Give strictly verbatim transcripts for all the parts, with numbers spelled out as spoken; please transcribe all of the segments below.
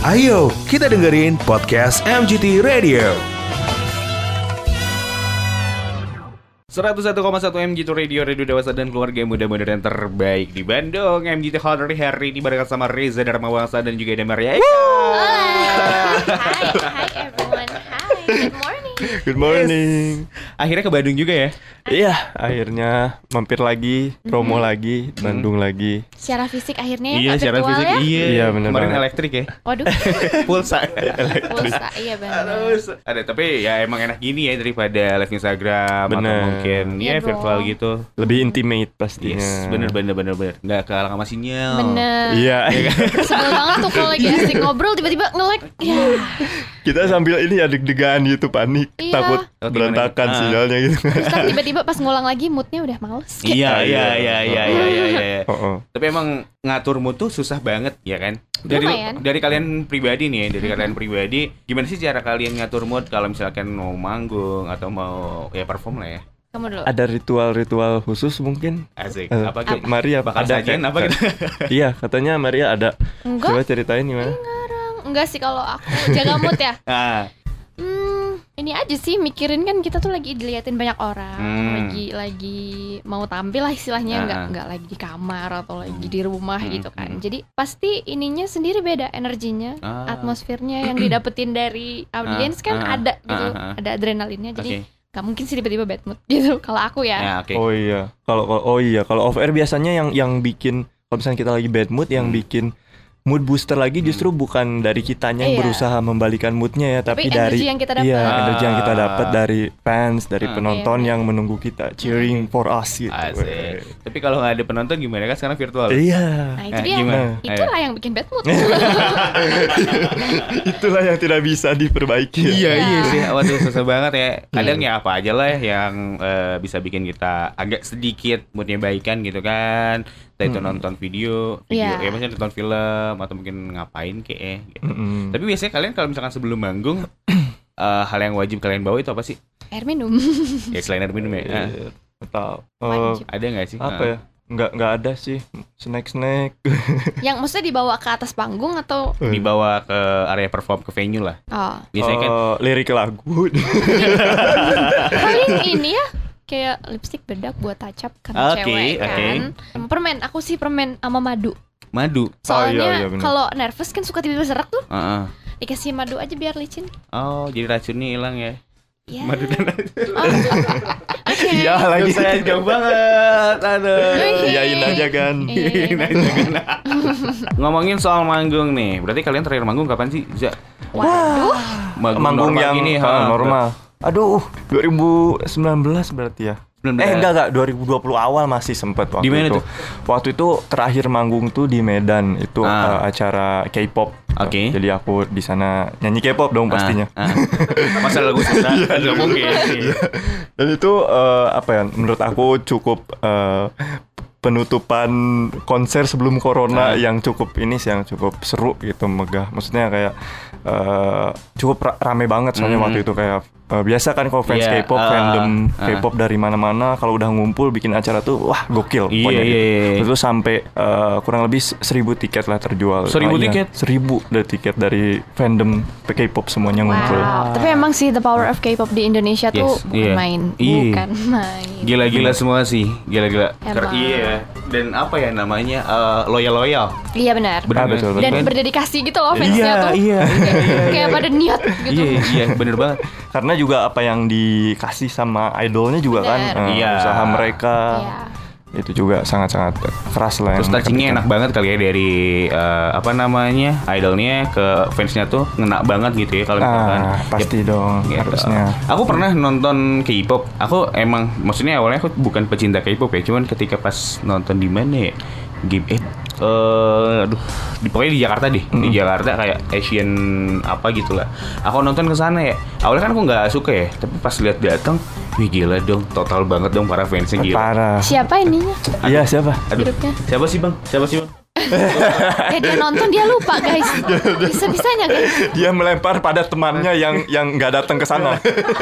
Ayo, kita dengerin podcast M G T Radio. seratus satu koma satu M G T Radio, radio dewasa dan keluarga muda modern terbaik di Bandung. M G T Hot hari ini barengan sama Reza Dharmawangsa dan juga ada Maria Eka. Hi, hi everyone. Hi, good morning. Good morning. Yes. Akhirnya ke Bandung juga ya? Iya, akhirnya mampir lagi, promo mm-hmm. lagi, Bandung mm. lagi. Secara fisik akhirnya ya? Iya, secara fisik ya? iya. Iya, benar. Kemarin banget. elektrik ya? Waduh. Pulsa. Pulsa, iya benar. Ada, tapi ya emang enak gini ya daripada live Instagram bener. atau mungkin ya, ya virtual gitu. Lebih intimate pastinya. Yes, bener bener bener bener. Nggak kalah sama sinyal. Bener. Iya. Sebel banget tuh kalau lagi asik ngobrol tiba-tiba nge-lag. Ya. Kita sambil ini ya deg-degan gitu, panik, iya. takut oh, berantakan ah. sinyalnya gitu. Terus kan tiba-tiba pas ngulang lagi moodnya udah males. Iya iya iya iya iya iya. iya. Oh, oh. Tapi emang ngatur mood tuh susah banget ya kan? Dari Lumayan. dari kalian pribadi nih, dari kalian pribadi, gimana sih cara kalian ngatur mood kalau misalkan mau manggung atau mau ya perform lah ya? Kamu dulu. Ada ritual-ritual khusus mungkin? Asik. Uh, apa gitu? Maria bakal ada sajian kayak, apa gitu? Iya, katanya Maria ada. Enggak. Coba ceritain gimana? Ngarang. Enggak sih kalau aku jaga mood ya. Ah. Hmm, ini aja sih mikirin kan kita tuh lagi diliatin banyak orang, Hmm. lagi lagi mau tampil lah istilahnya, nggak Ah. nggak lagi di kamar atau lagi di rumah Hmm. gitu kan. Hmm. Jadi pasti ininya sendiri beda energinya, Ah. atmosfernya yang didapetin dari audiens kan Ah. ada gitu, Ah. Ah. ada adrenalinnya. Jadi Oke. nggak mungkin sih tiba-tiba bad mood gitu. Kalau aku ya. Ya, oke. Oh iya. Kalau kalau oh iya, kalau off air biasanya yang yang bikin kalau misalnya kita lagi bad mood yang Hmm. bikin mood booster lagi justru bukan dari kitanya yang Iya. berusaha membalikan moodnya ya, tapi, Tapi dari energi yang kita dapat. iya, energi yang kita Ah. dapat dari fans, dari Ah. penonton Iya. yang menunggu kita cheering for us gitu. Asik. Tapi kalau nggak ada penonton gimana kan sekarang virtual? Iya. Nah itu Eh, dia, gimana? itulah yang bikin bad mood. Itulah yang tidak bisa diperbaiki. Iya Ya. iya sih, waduh susah banget ya. Kadang ya apa aja lah yang eh, bisa bikin kita agak sedikit moodnya baikan gitu kan. Entah itu Hmm. nonton video, video Iya. ya maksudnya nonton film atau mungkin ngapain kayak gitu. Mm-mm. Tapi biasanya kalian kalau misalkan sebelum manggung eh, hal yang wajib kalian bawa itu apa sih? Air minum. Ya selain air minum ya. Ah, Iya, Atau eh, Wajib. ada nggak sih? apa Ah. ya? Nggak nggak ada sih snack-snack. Yang maksudnya dibawa ke atas panggung atau Dibawa ke area perform ke venue lah. oh. Biasanya kan Eh, lirik lagu. Paling ini ya kayak lipstick bedak buat touch up karena Oke, cewek oke. kan. Sama permen, aku sih permen sama madu. madu. Soalnya iya, iya, bener. kalau nervous kan suka tiba-tiba serak tuh. Heeh. Dikasih madu aja biar licin. Oh, jadi racunnya hilang ya. Ya. Madu dan Oh. Oke. Iya lagi. saya jauh banget. Aduh. Iyain aja kan. Iya, iya. Ngomongin soal manggung nih, berarti kalian terakhir manggung kapan sih, Za? Waduh. Manggung normal yang gini, ah, ha, normal. Aduh, dua ribu sembilan belas berarti ya. sembilan belas. Eh enggak enggak, dua ribu dua puluh awal masih sempet waktu Di mana itu. tuh? Waktu itu terakhir manggung tuh di Medan, itu Ah. eh, acara K-pop. Oke. Jadi aku di sana nyanyi K-pop dong pastinya. Ah, ah. Masa lagu susah? Nggak mungkin. Dan itu eh, apa ya? Menurut aku cukup eh, penutupan konser sebelum corona Ah. yang cukup ini sih, yang cukup seru gitu, megah. Maksudnya kayak eh, cukup ra- rame banget soalnya Hmm. waktu itu kayak eh, biasa kan kalau fans Iya, K-pop, ah, fandom ah. K-pop dari mana-mana kalau udah ngumpul bikin acara tuh wah gokil Iya, pokoknya iya, gitu. iya. Itu sampai eh, kurang lebih seribu tiket lah terjual. Seribu Ah, iya. tiket? Seribu dari tiket dari fandom K-pop semuanya ngumpul. Wow. Tapi emang sih the power of K-pop di Indonesia tuh Yes, bukan iya. main, Iya. bukan main. Gila-gila semua sih, gila-gila. Emang. Iya. Dan apa ya namanya eh, loyal-loyal. Iya benar. Ah, betul, Dan betul. berdedikasi gitu loh fansnya Iya, tuh. iya, Kayak- Kayak pada niat gitu. Iya, iya, bener banget. Karena juga apa yang dikasih sama idolnya juga kan, Bener. eh, Iya. usaha mereka Iya. itu juga sangat-sangat keras lah. Terus yang mereka touchingnya berikan. enak banget kali ya dari eh, apa namanya idolnya ke fansnya tuh ngena banget gitu ya kalau misalkan. Ah, pasti Yep. dong Gitu. harusnya. Aku pernah nonton K-pop. Aku emang maksudnya awalnya aku bukan pecinta K-pop ya, cuman ketika pas nonton di mana ya? Game eh eh aduh, di pokoknya di Jakarta deh. Di Jakarta kayak Asian apa gitulah. Aku nonton ke sana ya. Awalnya kan aku nggak suka ya, tapi pas lihat datang, wih gila dong, total banget dong para fansnya gila. Parah. Siapa ininya? Iya siapa? Aduh, Grupnya. siapa sih bang? Siapa sih bang? Ya dia nonton dia lupa guys. Bisa-bisanya guys. Dia melempar pada temannya yang yang nggak datang ke sana.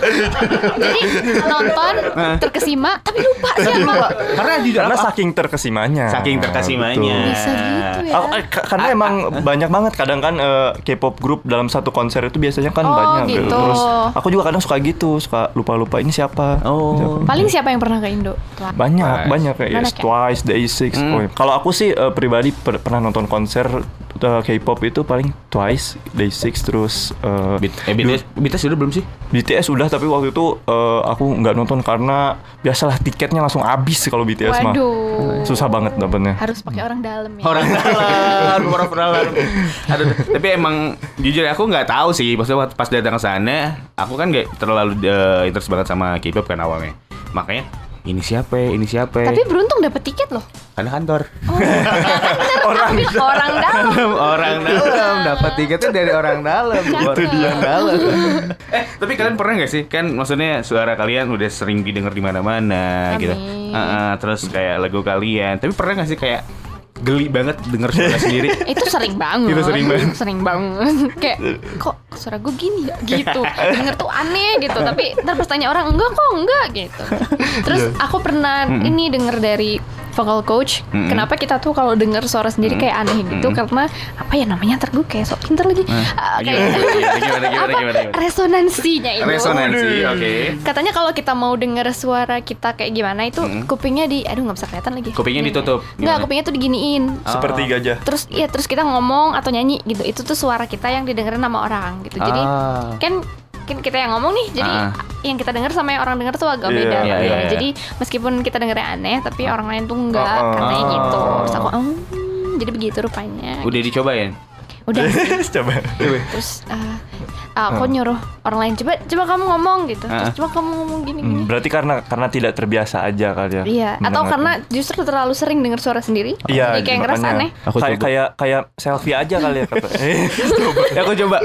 Jadi nonton terkesima tapi lupa siapa kok. Karena di Karena saking terkesimanya. saking terkesimanya. Bisa gitu ya. Oh, eh, k- karena emang banyak banget kadang kan eh, K-pop group dalam satu konser itu biasanya kan Oh, banyak gitu. Terus aku juga kadang suka gitu, suka lupa-lupa ini siapa. Oh. Siapa. Paling siapa yang pernah ke Indo? Banyak, Twice. banyak kayak Banyak yes, ya? Twice, Day Six. Hmm. Oh, kalau aku sih eh, pribadi per- pernah nonton konser eh, K-pop itu paling Twice, Day Six, terus eh, B- eh, B T S, B T S udah belum sih? B T S udah, tapi waktu itu eh, aku nggak nonton karena biasalah tiketnya langsung habis kalau B T S mah. Waduh. Susah banget dapetnya. Harus pakai orang dalam ya. Orang dalam, orang dalam. Aduh, tapi emang jujur aku nggak tahu sih. Maksudnya waktu pas datang ke sana, aku kan nggak terlalu uh, interest banget sama K-pop kan awalnya. Makanya ini siapa? ya, Ini siapa? ya? Tapi beruntung dapet tiket loh. Karena kantor. Oh, ya kan bener, orang orang dalam. orang dalam dapat tiketnya dari orang dalam. Itu dia dalam. eh, tapi kalian pernah nggak sih? Kan maksudnya suara kalian udah sering didengar di mana-mana Amin. gitu. Ah, ah, terus kayak lagu kalian. Tapi pernah nggak sih kayak geli banget denger suara sendiri? Itu sering banget. Itu sering banget. Sering banget. Kayak kok suara gue gini ya gitu. Denger tuh aneh gitu. Tapi ntar pas tanya orang enggak kok enggak gitu. Terus aku pernah Mm-mm. ini denger dari vocal coach. Mm-mm. Kenapa kita tuh kalau denger suara sendiri kayak aneh gitu? Mm-mm. Karena apa ya namanya? Ntar gue kayak sok pinter lagi. Ah, kayak Gimana, gimana, gimana, gimana, apa? gimana, gimana? Resonansinya itu. Resonansi, oke. Katanya kalau kita mau denger suara kita kayak gimana itu Mm. kupingnya di aduh nggak bisa kelihatan lagi. Kupingnya ditutup. Enggak, Gimana? kupingnya tuh diginiin. Oh. Seperti gajah. Terus ya terus kita ngomong atau nyanyi gitu. Itu tuh suara kita yang didengerin sama orang gitu. Jadi Ah. kan kan kita yang ngomong nih, jadi Ah. yang kita denger sama yang orang denger tuh agak Iya, beda. iya, Nah, iya, iya. Jadi meskipun kita dengernya aneh, tapi orang lain tuh enggak, Ah, ah. katanya gitu. Terus aku, oh, jadi begitu rupanya. Udah dicobain? Udah. Coba. Terus uh, aku nyuruh orang lain coba coba kamu ngomong gitu. Terus Ah. coba kamu ngomong gini Hmm, gini. berarti karena karena tidak terbiasa aja kali ya. Iya, atau mendengarnya. karena justru terlalu sering denger suara sendiri. Iya, Jadi kayak ngerasa makanya. aneh. Aku kayak coba. kayak kayak selfie aja kali ya kata. Eh, Ya aku coba.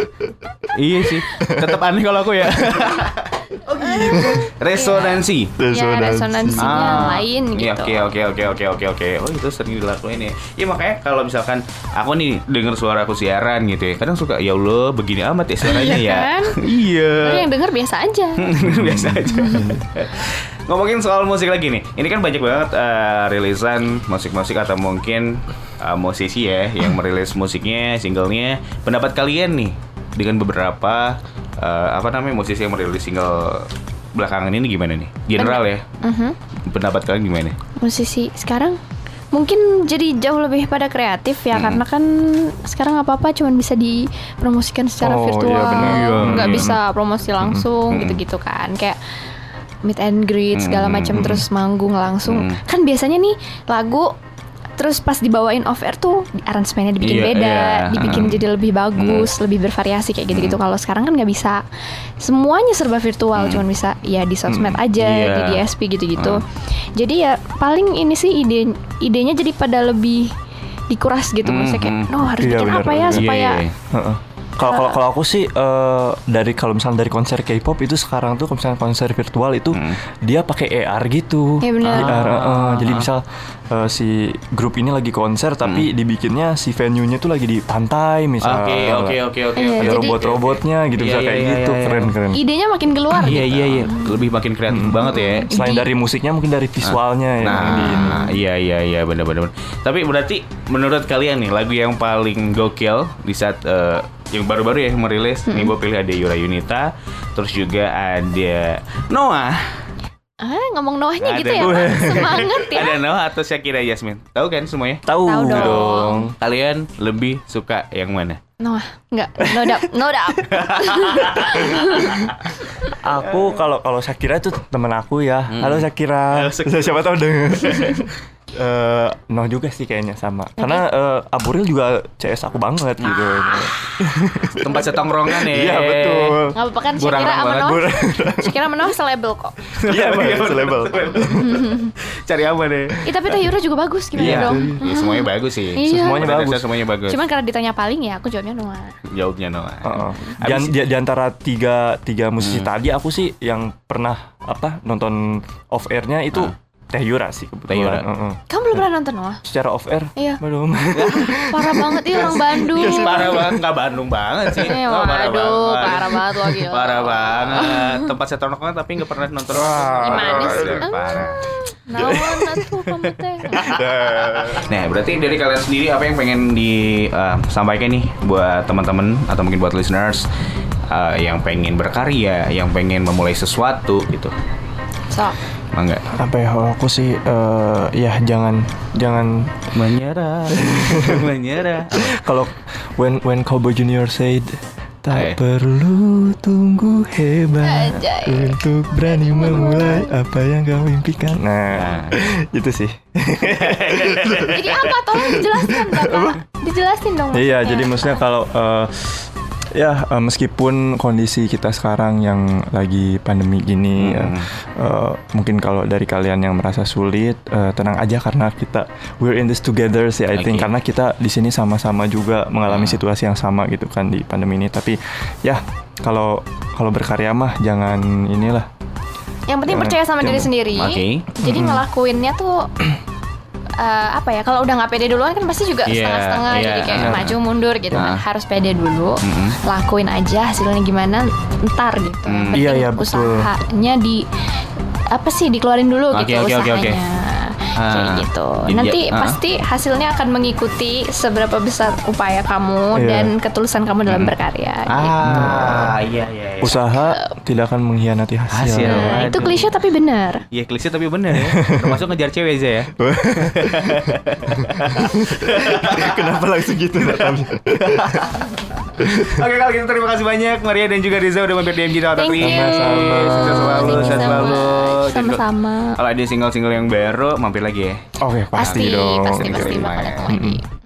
Iya sih. Tetap aneh kalau aku ya. Oh gitu. Resonansi. Ya resonansinya lain Iya, gitu. oke oke oke oke oke oke. Oh itu sering dilakuin ya. Iya makanya kalau misalkan aku nih denger suara aku siaran gitu ya, kadang suka ya Allah begini amat ya suaranya Iya ya. kan? Iya. Tapi yang denger biasa aja. Biasa aja. Ngomongin soal musik lagi nih. Ini kan banyak banget eh, rilisan musik-musik atau mungkin eh, musisi ya yang merilis musiknya, singlenya. Pendapat kalian nih dengan beberapa eh, apa namanya musisi yang merilis single belakangan ini gimana nih? General ya. Mhm. Pendapat kalian gimana? Musisi sekarang mungkin jadi jauh lebih pada kreatif ya, Hmm. karena kan sekarang apa-apa cuman bisa dipromosikan secara Oh, iya, virtual, benar. Iya, nggak iya. bisa promosi langsung Hmm. gitu-gitu kan, kayak meet and greet segala Hmm. macam, terus manggung langsung. Hmm. Kan biasanya nih lagu terus pas dibawain off air tuh aransemennya dibikin Iya, beda, iya. dibikin Hmm. jadi lebih bagus, lebih bervariasi kayak gitu-gitu. Kalau sekarang kan nggak bisa, semuanya serba virtual, cuman bisa ya di sosmed Hmm. aja, Iya. di D S P gitu-gitu. Hmm. Jadi ya paling ini sih ide idenya jadi pada lebih dikuras gitu, Hmm, maksudnya kayak, hmm. no harus Iya, bikin benar, apa ya benar. supaya Iya, iya. Heeh. Kalau kalau kalau aku sih eh, dari kalau misalnya dari konser K-pop itu sekarang tuh kalau misalnya konser virtual itu Hmm. dia pakai A R gitu. Iya, benar. A R, eh, Ah. jadi misal eh, si grup ini lagi konser tapi dibikinnya si venue-nya tuh lagi di pantai misal. Oke oke oke oke. Iya, Ada jadi- robot-robotnya gitu, Iya, bisa iya, kayak iya, gitu, iya, iya. keren-keren. idenya makin keluar Iya gitu. iya iya. Lebih makin kreatif banget ya. Selain Di- dari musiknya mungkin dari visualnya ya. Nah, di ini. iya iya iya benar-benar. Tapi berarti menurut kalian nih lagu yang paling gokil di saat eh, yang baru-baru ya merilis, nih gue pilih ada Yura Yunita, terus juga ada Noah. Ah, ngomong Noahnya gitu ya, Ada. Pak. Semangat ya. Ada Noah atau Shakira Yasmin. Tahu kan semuanya? Tahu Tahu dong. dong. Kalian lebih suka yang mana? Noah, enggak, no doubt, no doubt. Aku kalau kalau Shakira itu temen aku ya. Halo Shakira. Halo, Shakira. Siapa tahu denger. Eh, no juga sih kayaknya sama. Karena eh, Aburil juga C S aku banget gitu. Tempat setongkrongan ya. Iya betul. Nggak apa-apa kan Gua Shakira sama rangkang Noah. banget. Shakira sama Noah selabel kok. Iya betul, selebel. Cari apa deh? Ih, tapi Tahyura juga bagus gimana Iya, dong? ya, semuanya bagus sih. Iya. Semuanya Pada bagus. dasarnya semuanya bagus. Cuman karena ditanya paling ya aku jawabnya Noah. Jawabnya Noah. Heeh. Di, Abis- di, di antara tiga tiga musisi Hmm. tadi aku sih yang pernah apa nonton off airnya itu Ah. Teh Yura sih Teh kebetulan. Yura. Heeh. Kamu belum pernah nonton Noah? Secara off air Iya. belum. Parah banget iya orang Bandung. Parah banget, nggak Bandung banget sih. Eh, Oh, waduh, parah banget lo gila. Parah banget. Tempat saya nongkrong tapi nggak pernah nonton. Gimana sih? Parah. Naon atuh kamu teh? Nah, berarti dari kalian sendiri apa yang pengen disampaikan nih buat teman-teman atau mungkin buat listeners uh, yang pengen berkarya, yang pengen memulai sesuatu gitu. So, Mangga. Apa ya, kalau aku sih eh, ya jangan jangan Menyerah. Menyerah. kalau when when Cowboy Junior said Eh. tak perlu tunggu hebat Ajay. untuk berani memulai apa yang kau impikan. Nah, itu sih. jadi apa? Tolong dijelaskan Bapak. Dijelasin dong. Iya, maksudnya. jadi maksudnya kalau eh, ya eh, meskipun kondisi kita sekarang yang lagi pandemi gini, Hmm. eh, eh, mungkin kalau dari kalian yang merasa sulit, eh, tenang aja karena kita we're in this together sih, I think, Oke. karena kita di sini sama-sama juga mengalami Hmm. situasi yang sama gitu kan di pandemi ini. Tapi ya kalau kalau berkarya mah jangan inilah. Yang penting Jangan- percaya sama diri jangan- sendiri. Oke. Jadi ngelakuinnya tuh eh, apa ya? Kalau udah nggak pede duluan kan pasti juga Iya, setengah-setengah, iya. jadi kayak Nah. maju mundur gitu kan. Nah. Harus pede dulu, Mm-mm. lakuin aja hasilnya gimana ntar gitu. Hmm. Penting Iya, iya, betul. usahanya di apa sih dikeluarin dulu Oke, gitu oke, oke, usahanya. oke. Kayak Ah. gitu. Jadi Nanti ya- ah. pasti hasilnya akan mengikuti seberapa besar upaya kamu Iya. dan ketulusan kamu dalam Hmm. berkarya. gitu. Ah, iya iya iya. Usaha tidak akan mengkhianati hasil. Hasil. Nah, itu Aduh. klise tapi benar. Iya klise tapi bener ya. Termasuk ngejar cewek aja ya. Kenapa langsung gitu Nathan? Oke kalau gitu terima kasih banyak Maria dan juga Riza udah mampir di M G Talk Thank Talk. you. Sama-sama. Sukses selalu, Thank you sukses so selalu. much. Dan Sama-sama. Kalau ada single-single yang baru mampir lagi ya. Oke, pasti, Pasti, dong. pasti, Thank you pasti very bakal much. datang lagi.